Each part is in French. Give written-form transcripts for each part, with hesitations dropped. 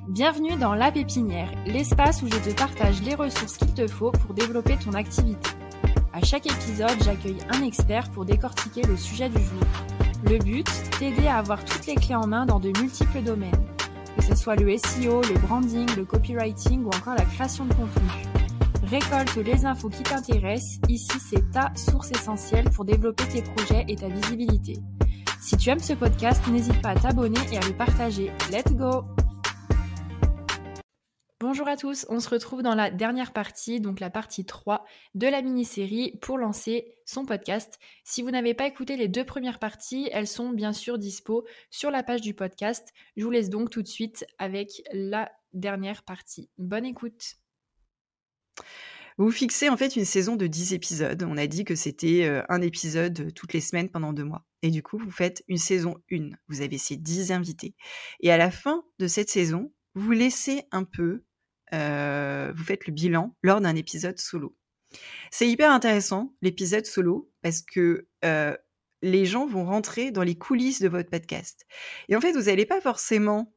Bienvenue dans La Pépinière, l'espace où je te partage les ressources qu'il te faut pour développer ton activité. À chaque épisode, j'accueille un expert pour décortiquer le sujet du jour. Le but, t'aider à avoir toutes les clés en main dans de multiples domaines. Que ce soit le SEO, le branding, le copywriting ou encore la création de contenu. Récolte les infos qui t'intéressent, ici c'est ta source essentielle pour développer tes projets et ta visibilité. Si tu aimes ce podcast, n'hésite pas à t'abonner et à le partager. Let's go! Bonjour à tous, on se retrouve dans la dernière partie, donc la partie 3 de la mini-série pour lancer son podcast. Si vous n'avez pas écouté les 2 premières parties, elles sont bien sûr dispo sur la page du podcast. Je vous laisse donc tout de suite avec la dernière partie. Bonne écoute! Vous fixez en fait une saison de 10 épisodes. On a dit que c'était un épisode toutes les semaines pendant 2 mois. Et du coup, vous faites une saison 1. Vous avez ces 10 invités. Et à la fin de cette saison, vous laissez un peu, vous faites le bilan lors d'un épisode solo. C'est hyper intéressant, l'épisode solo, parce que les gens vont rentrer dans les coulisses de votre podcast. Et en fait, vous n'allez pas forcément...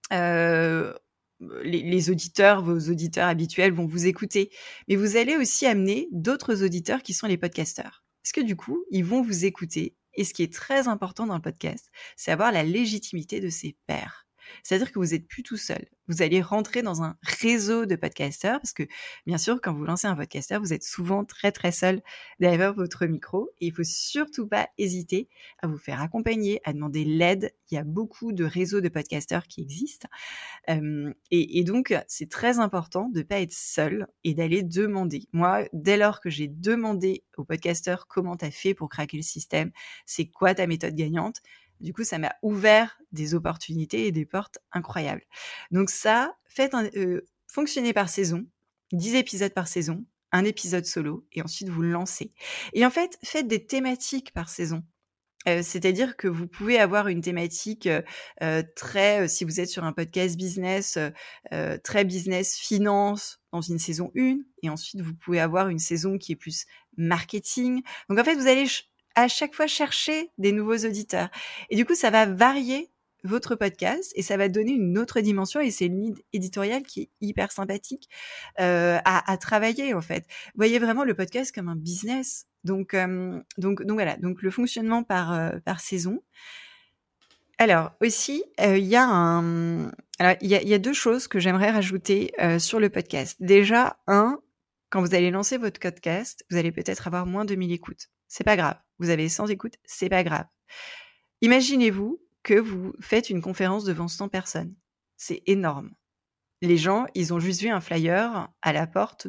les auditeurs, vos auditeurs habituels vont vous écouter, mais vous allez aussi amener d'autres auditeurs qui sont les podcasteurs. Parce que du coup, ils vont vous écouter. Et ce qui est très important dans le podcast, c'est avoir la légitimité de ses pairs. C'est-à-dire que vous n'êtes plus tout seul. Vous allez rentrer dans un réseau de podcasteurs parce que, bien sûr, quand vous lancez un podcasteur, vous êtes souvent très, très seul derrière votre micro et il faut surtout pas hésiter à vous faire accompagner, à demander l'aide. Il y a beaucoup de réseaux de podcasteurs qui existent. Et donc, c'est très important de ne pas être seul et d'aller demander. Moi, dès lors que j'ai demandé au podcasteur comment tu as fait pour craquer le système, c'est quoi ta méthode gagnante, du coup, ça m'a ouvert des opportunités et des portes incroyables. Donc ça, fonctionnez par saison, 10 épisodes par saison, un épisode solo, et ensuite vous le lancez. Et en fait, faites des thématiques par saison. C'est-à-dire que vous pouvez avoir une thématique très, si vous êtes sur un podcast business, très business, finance dans une saison 1, et ensuite vous pouvez avoir une saison qui est plus marketing. Donc en fait, vous allez à chaque fois chercher des nouveaux auditeurs. Et du coup, ça va varier votre podcast et ça va donner une autre dimension et c'est une ligne éditoriale qui est hyper sympathique à travailler en fait. Vous voyez vraiment le podcast comme un business. Donc voilà, donc le fonctionnement par saison. Alors aussi, il y a 2 choses que j'aimerais rajouter sur le podcast. Déjà, quand vous allez lancer votre podcast, vous allez peut-être avoir moins de 1000 écoutes. C'est pas grave. Vous avez 100 écoutes, c'est pas grave. Imaginez-vous que vous faites une conférence devant 100 personnes. C'est énorme. Les gens, ils ont juste vu un flyer à la porte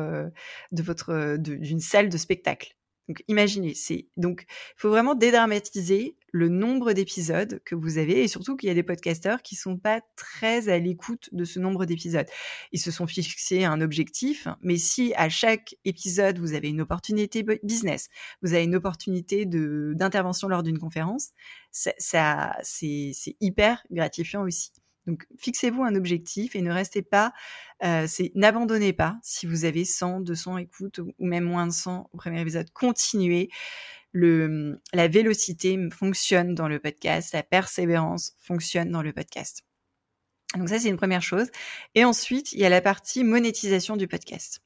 d'une salle de spectacle. Donc, imaginez. Donc, il faut vraiment dédramatiser le nombre d'épisodes que vous avez et surtout qu'il y a des podcasteurs qui sont pas très à l'écoute de ce nombre d'épisodes. Ils se sont fixés un objectif, mais si à chaque épisode, vous avez une opportunité business, vous avez une opportunité d'intervention lors d'une conférence, c'est hyper gratifiant aussi. Donc, fixez-vous un objectif et ne restez pas, n'abandonnez pas si vous avez 100, 200 écoutes ou même moins de 100 au premier épisode. Continuez. La vélocité fonctionne dans le podcast, la persévérance fonctionne dans le podcast. Donc ça, c'est une première chose. Et ensuite, il y a la partie monétisation du podcast.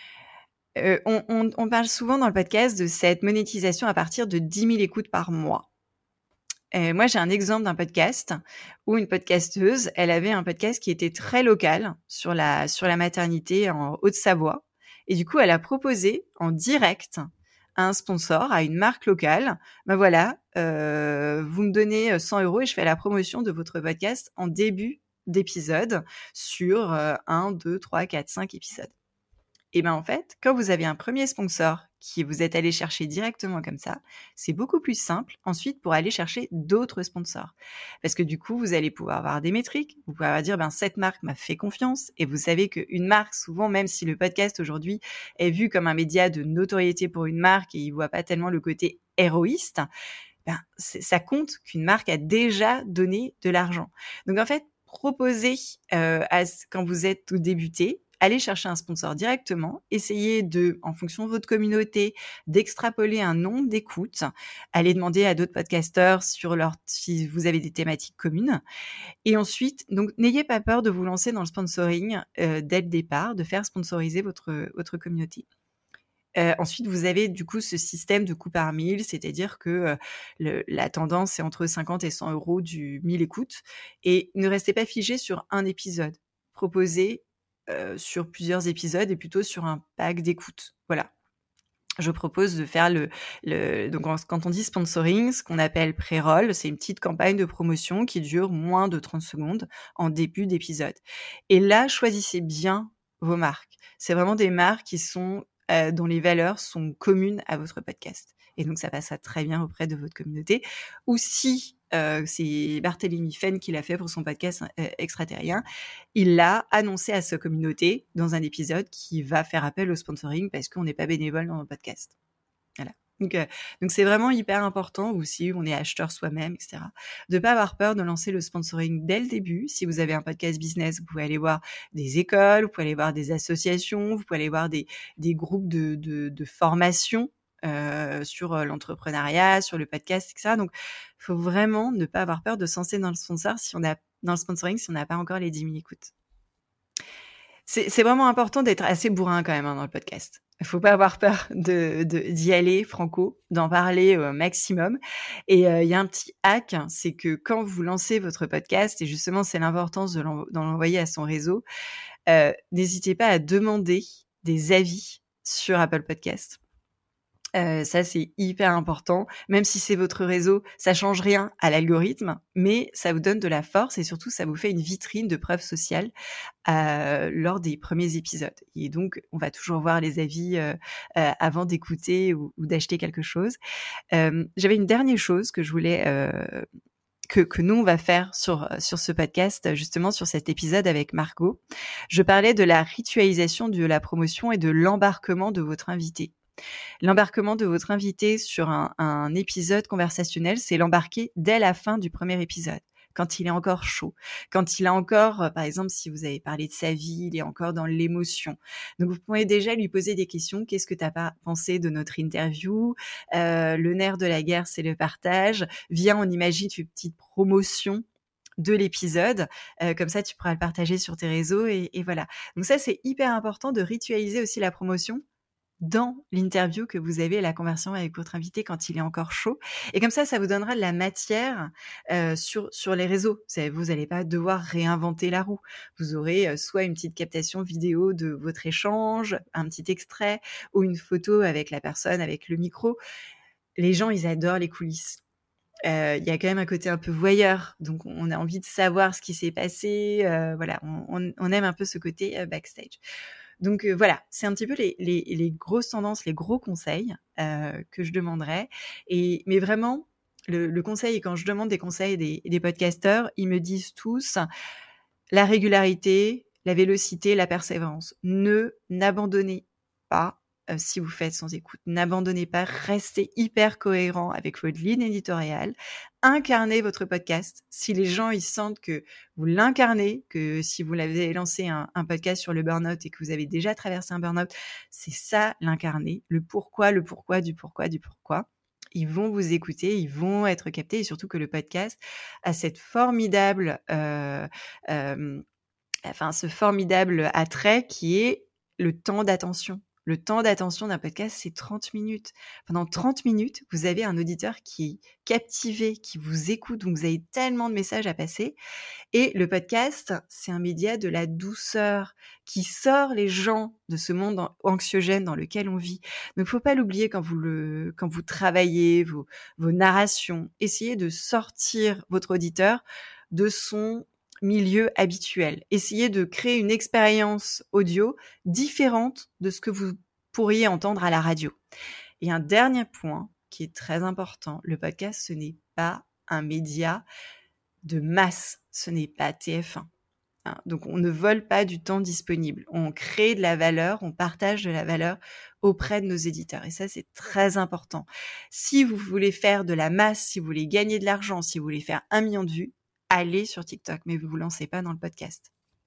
On parle souvent dans le podcast de cette monétisation à partir de 10 000 écoutes par mois. Moi, j'ai un exemple d'un podcast où une podcasteuse, elle avait un podcast qui était très local sur la maternité en Haute-Savoie. Et du coup, elle a proposé en direct à un sponsor, à une marque locale, ben voilà, vous me donnez 100 € et je fais la promotion de votre podcast en début d'épisode sur 1, 2, 3, 4, 5 épisodes. Et ben en fait, quand vous avez un premier sponsor qui vous êtes allé chercher directement comme ça, c'est beaucoup plus simple ensuite pour aller chercher d'autres sponsors. Parce que du coup, vous allez pouvoir avoir des métriques, vous pouvez dire cette marque m'a fait confiance et vous savez qu'une marque, souvent, même si le podcast aujourd'hui est vu comme un média de notoriété pour une marque et il voit pas tellement le côté héroïste, ça compte qu'une marque a déjà donné de l'argent. Donc en fait, proposez quand vous êtes tout débuté allez chercher un sponsor directement, essayez de, en fonction de votre communauté, d'extrapoler un nombre d'écoutes, allez demander à d'autres podcasteurs si vous avez des thématiques communes. Et ensuite, donc n'ayez pas peur de vous lancer dans le sponsoring dès le départ, de faire sponsoriser votre communauté. Ensuite, vous avez du coup ce système de coût par 1000, c'est-à-dire que la tendance est entre 50 et 100 euros du 1000 écoutes. Et ne restez pas figé sur un épisode. Proposez sur plusieurs épisodes et plutôt sur un pack d'écoutes. Voilà. Je propose de faire donc quand on dit sponsoring, ce qu'on appelle pré-roll, c'est une petite campagne de promotion qui dure moins de 30 secondes en début d'épisode. Et là, choisissez bien vos marques. C'est vraiment des marques qui sont dont les valeurs sont communes à votre podcast. Et donc, ça passera très bien auprès de votre communauté. Ou si c'est Barthélémy Fenn qui l'a fait pour son podcast extraterrien, il l'a annoncé à sa communauté dans un épisode qui va faire appel au sponsoring parce qu'on n'est pas bénévole dans le podcast. Voilà. Donc c'est vraiment hyper important, ou si on est acheteur soi-même, etc., de ne pas avoir peur de lancer le sponsoring dès le début. Si vous avez un podcast business, vous pouvez aller voir des écoles, vous pouvez aller voir des associations, vous pouvez aller voir des groupes de formation sur l'entrepreneuriat, sur le podcast, etc. Donc, il faut vraiment ne pas avoir peur de se lancer dans le sponsoring si on n'a pas encore les 10 000 écoutes. C'est vraiment important d'être assez bourrin quand même dans le podcast. Il faut pas avoir peur d'y aller franco, d'en parler au maximum. Et il y a un petit hack, c'est que quand vous lancez votre podcast, et justement c'est l'importance d'en l'envoyer à son réseau, n'hésitez pas à demander des avis sur Apple Podcast. Ça, c'est hyper important. Même si c'est votre réseau, ça change rien à l'algorithme, mais ça vous donne de la force et surtout, ça vous fait une vitrine de preuve sociale lors des premiers épisodes. Et donc, on va toujours voir les avis avant d'écouter ou d'acheter quelque chose. J'avais une dernière chose que je voulais que nous, on va faire sur ce podcast, justement sur cet épisode avec Margot. Je parlais de la ritualisation de la promotion et de l'embarquement de votre invité. L'embarquement de votre invité sur un épisode conversationnel, c'est l'embarquer dès la fin du premier épisode, quand il est encore chaud, quand il a encore, par exemple, si vous avez parlé de sa vie, il est encore dans l'émotion. Donc, vous pouvez déjà lui poser des questions. Qu'est-ce que tu as pensé de notre interview ? Le nerf de la guerre, c'est le partage. Viens, on imagine une petite promotion de l'épisode, comme ça tu pourras le partager sur tes réseaux et voilà. Donc ça, c'est hyper important de ritualiser aussi la promotion dans l'interview que vous avez, la conversation avec votre invité quand il est encore chaud. Et comme ça vous donnera de la matière sur les réseaux. Vous n'allez pas devoir réinventer la roue. Vous aurez soit une petite captation vidéo de votre échange, un petit extrait, ou une photo avec la personne, avec le micro. Les gens, ils adorent les coulisses. Il y a quand même un côté un peu voyeur, donc on a envie de savoir ce qui s'est passé. Voilà, on aime un peu ce côté backstage. Donc voilà, c'est un petit peu les grosses tendances, les gros conseils que je demanderais. Mais vraiment, le conseil, et quand je demande des conseils des podcasteurs, ils me disent tous la régularité, la vélocité, la persévérance. N'abandonnez pas si vous faites sans écoute. N'abandonnez pas, restez hyper cohérent avec votre ligne éditoriale. Incarnez votre podcast. Si les gens ils sentent que vous l'incarnez, que si vous l'avez lancé un podcast sur le burn-out et que vous avez déjà traversé un burn-out, c'est ça l'incarner. Le pourquoi du pourquoi. Ils vont vous écouter, ils vont être captés, et surtout que le podcast a cette formidable, ce formidable attrait qui est le temps d'attention. Le temps d'attention d'un podcast, c'est 30 minutes. Pendant 30 minutes, vous avez un auditeur qui est captivé, qui vous écoute, donc vous avez tellement de messages à passer. Et le podcast, c'est un média de la douceur qui sort les gens de ce monde anxiogène dans lequel on vit. Donc, faut pas l'oublier quand vous travaillez vos narrations. Essayez de sortir votre auditeur de son milieu habituel. Essayez de créer une expérience audio différente de ce que vous pourriez entendre à la radio. Et un dernier point qui est très important, le podcast, ce n'est pas un média de masse, ce n'est pas TF1. Donc, on ne vole pas du temps disponible. On crée de la valeur, on partage de la valeur auprès de nos éditeurs. Et ça, c'est très important. Si vous voulez faire de la masse, si vous voulez gagner de l'argent, si vous voulez faire 1 million de vues, allez sur TikTok, mais vous ne vous lancez pas dans le podcast.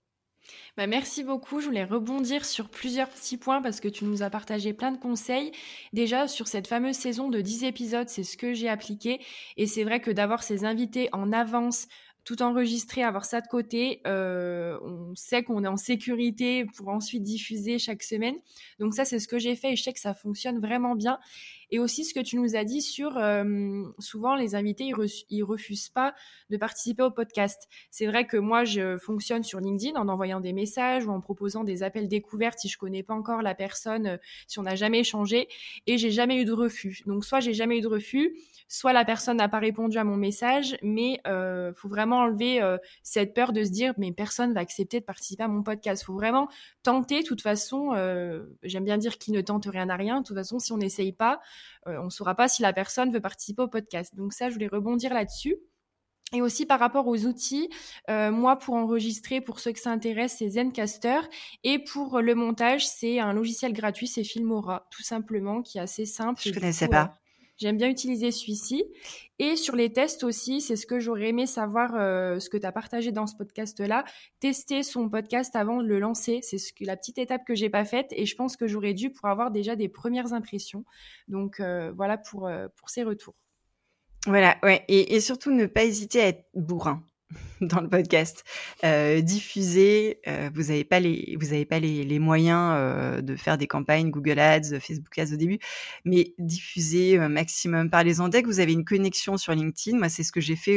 Merci beaucoup. Je voulais rebondir sur plusieurs petits points parce que tu nous as partagé plein de conseils. Déjà, sur cette fameuse saison de 10 épisodes, c'est ce que j'ai appliqué. Et c'est vrai que d'avoir ces invités en avance, tout enregistré, avoir ça de côté, on sait qu'on est en sécurité pour ensuite diffuser chaque semaine. Donc ça, c'est ce que j'ai fait et je sais que ça fonctionne vraiment bien. Et aussi ce que tu nous as dit sur souvent les invités, ils refusent pas de participer au podcast. C'est vrai que moi, je fonctionne sur LinkedIn en envoyant des messages ou en proposant des appels découvertes si je connais pas encore la personne, si on n'a jamais échangé, et j'ai jamais eu de refus. Donc soit j'ai jamais eu de refus, soit la personne n'a pas répondu à mon message, mais faut vraiment enlever cette peur de se dire mais personne va accepter de participer à mon podcast. Faut vraiment tenter. De toute façon, j'aime bien dire qui ne tente rien n'a rien. De toute façon, si on n'essaye pas, on ne saura pas si la personne veut participer au podcast. Donc ça, je voulais rebondir là-dessus. Et aussi par rapport aux outils, moi pour enregistrer, pour ceux que ça intéresse, c'est Zencastr. Et pour le montage, c'est un logiciel gratuit, c'est Filmora, tout simplement, qui est assez simple. Je ne connaissais pas. J'aime bien utiliser celui-ci. Et sur les tests aussi, c'est ce que j'aurais aimé savoir, ce que tu as partagé dans ce podcast-là. Tester son podcast avant de le lancer, c'est la petite étape que j'ai pas faite et je pense que j'aurais dû pour avoir déjà des premières impressions. Donc voilà pour ces retours. Voilà, ouais. Et surtout, ne pas hésiter à être bourrin dans le podcast. Diffuser, vous n'avez pas les moyens de faire des campagnes Google Ads, Facebook Ads au début, mais diffuser maximum. Parlez-en dès que vous avez une connexion sur LinkedIn. Moi, c'est ce que je fais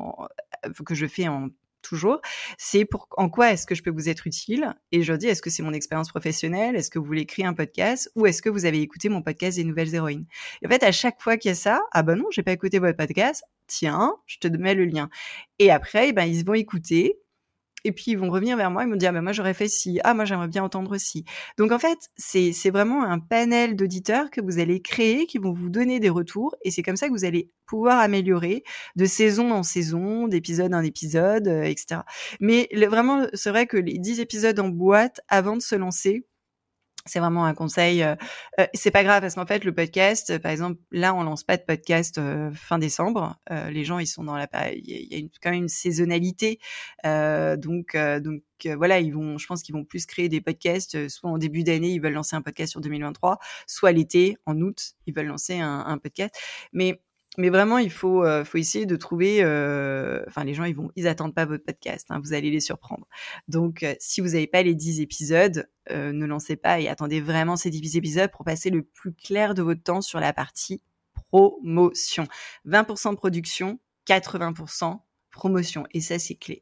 toujours, c'est en quoi est-ce que je peux vous être utile, et je dis est-ce que c'est mon expérience professionnelle, est-ce que vous voulez créer un podcast, ou est-ce que vous avez écouté mon podcast des Nouvelles Héroïnes. Et en fait, à chaque fois qu'il y a ça, ah ben non, j'ai pas écouté votre podcast, tiens, je te mets le lien. Et après, ils vont écouter, et puis ils vont revenir vers moi, ils vont dire moi j'aurais fait ci, moi j'aimerais bien entendre ci. Donc en fait, c'est vraiment un panel d'auditeurs que vous allez créer, qui vont vous donner des retours, et c'est comme ça que vous allez pouvoir améliorer de saison en saison, d'épisode en épisode, etc. Mais vraiment, c'est vrai que les 10 épisodes en boîte avant de se lancer, c'est vraiment un conseil. C'est pas grave parce qu'en fait, le podcast, par exemple, là, on lance pas de podcast fin décembre. Les gens, ils sont dans il y a quand même une saisonnalité. Donc voilà, je pense qu'ils vont plus créer des podcasts. Soit en début d'année, ils veulent lancer un podcast sur 2023, soit l'été, en août, ils veulent lancer un podcast. Mais vraiment, il faut essayer de trouver. Les gens, ils attendent pas votre podcast. Vous allez les surprendre. Donc, si vous n'avez pas les 10 épisodes, ne lancez pas et attendez vraiment ces 10 épisodes pour passer le plus clair de votre temps sur la partie promotion. 20% de production, 80% promotion. Et ça, c'est clé.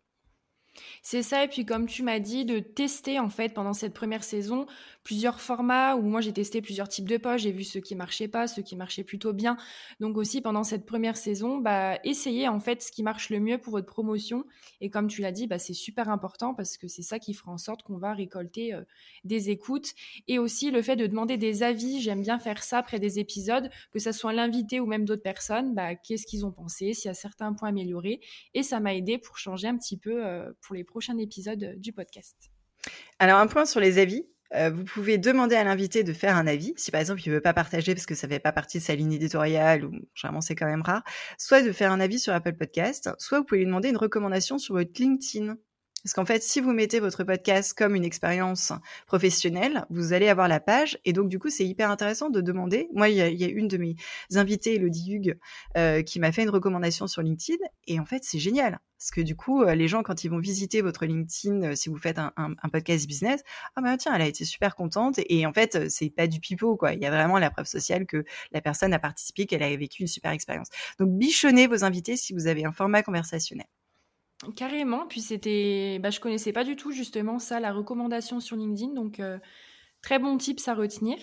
C'est ça, et puis comme tu m'as dit, de tester en fait pendant cette première saison plusieurs formats, où moi j'ai testé plusieurs types de posts, j'ai vu ceux qui marchaient pas, ceux qui marchaient plutôt bien. Donc aussi pendant cette première saison, essayez en fait ce qui marche le mieux pour votre promotion. Et comme tu l'as dit, c'est super important parce que c'est ça qui fera en sorte qu'on va récolter des écoutes. Et aussi le fait de demander des avis, j'aime bien faire ça après des épisodes, que ça soit l'invité ou même d'autres personnes, qu'est-ce qu'ils ont pensé, s'il y a certains points améliorés. Et ça m'a aidé pour changer un petit peu pour les prochains épisodes du podcast. Alors, un point sur les avis. Vous pouvez demander à l'invité de faire un avis, si par exemple il ne veut pas partager parce que ça ne fait pas partie de sa ligne éditoriale, ou généralement c'est quand même rare, soit de faire un avis sur Apple Podcast, soit vous pouvez lui demander une recommandation sur votre LinkedIn. Parce qu'en fait, si vous mettez votre podcast comme une expérience professionnelle, vous allez avoir la page. Et donc, du coup, c'est hyper intéressant de demander. Moi, il y a une de mes invitées, Elodie Hugues, qui m'a fait une recommandation sur LinkedIn. Et en fait, c'est génial. Parce que du coup, les gens, quand ils vont visiter votre LinkedIn, si vous faites un podcast business, tiens, elle a été super contente. Et en fait, c'est pas du pipeau, quoi. Il y a vraiment la preuve sociale que la personne a participé, qu'elle a vécu une super expérience. Donc, bichonnez vos invités si vous avez un format conversationnel. Carrément, puis je connaissais pas du tout justement ça, la recommandation sur LinkedIn, donc très bon tips à retenir.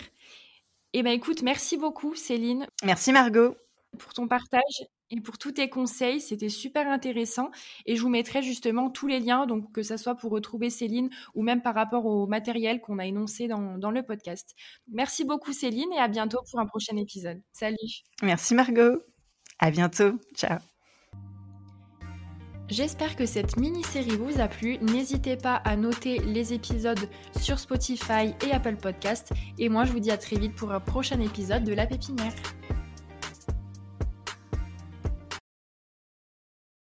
Et écoute, merci beaucoup Céline. Merci Margot. Pour ton partage et pour tous tes conseils, c'était super intéressant et je vous mettrai justement tous les liens, donc que ça soit pour retrouver Céline ou même par rapport au matériel qu'on a énoncé dans le podcast. Merci beaucoup Céline et à bientôt pour un prochain épisode. Salut. Merci Margot. À bientôt. Ciao. J'espère que cette mini-série vous a plu. N'hésitez pas à noter les épisodes sur Spotify et Apple Podcast. Et moi, je vous dis à très vite pour un prochain épisode de La Pépinière.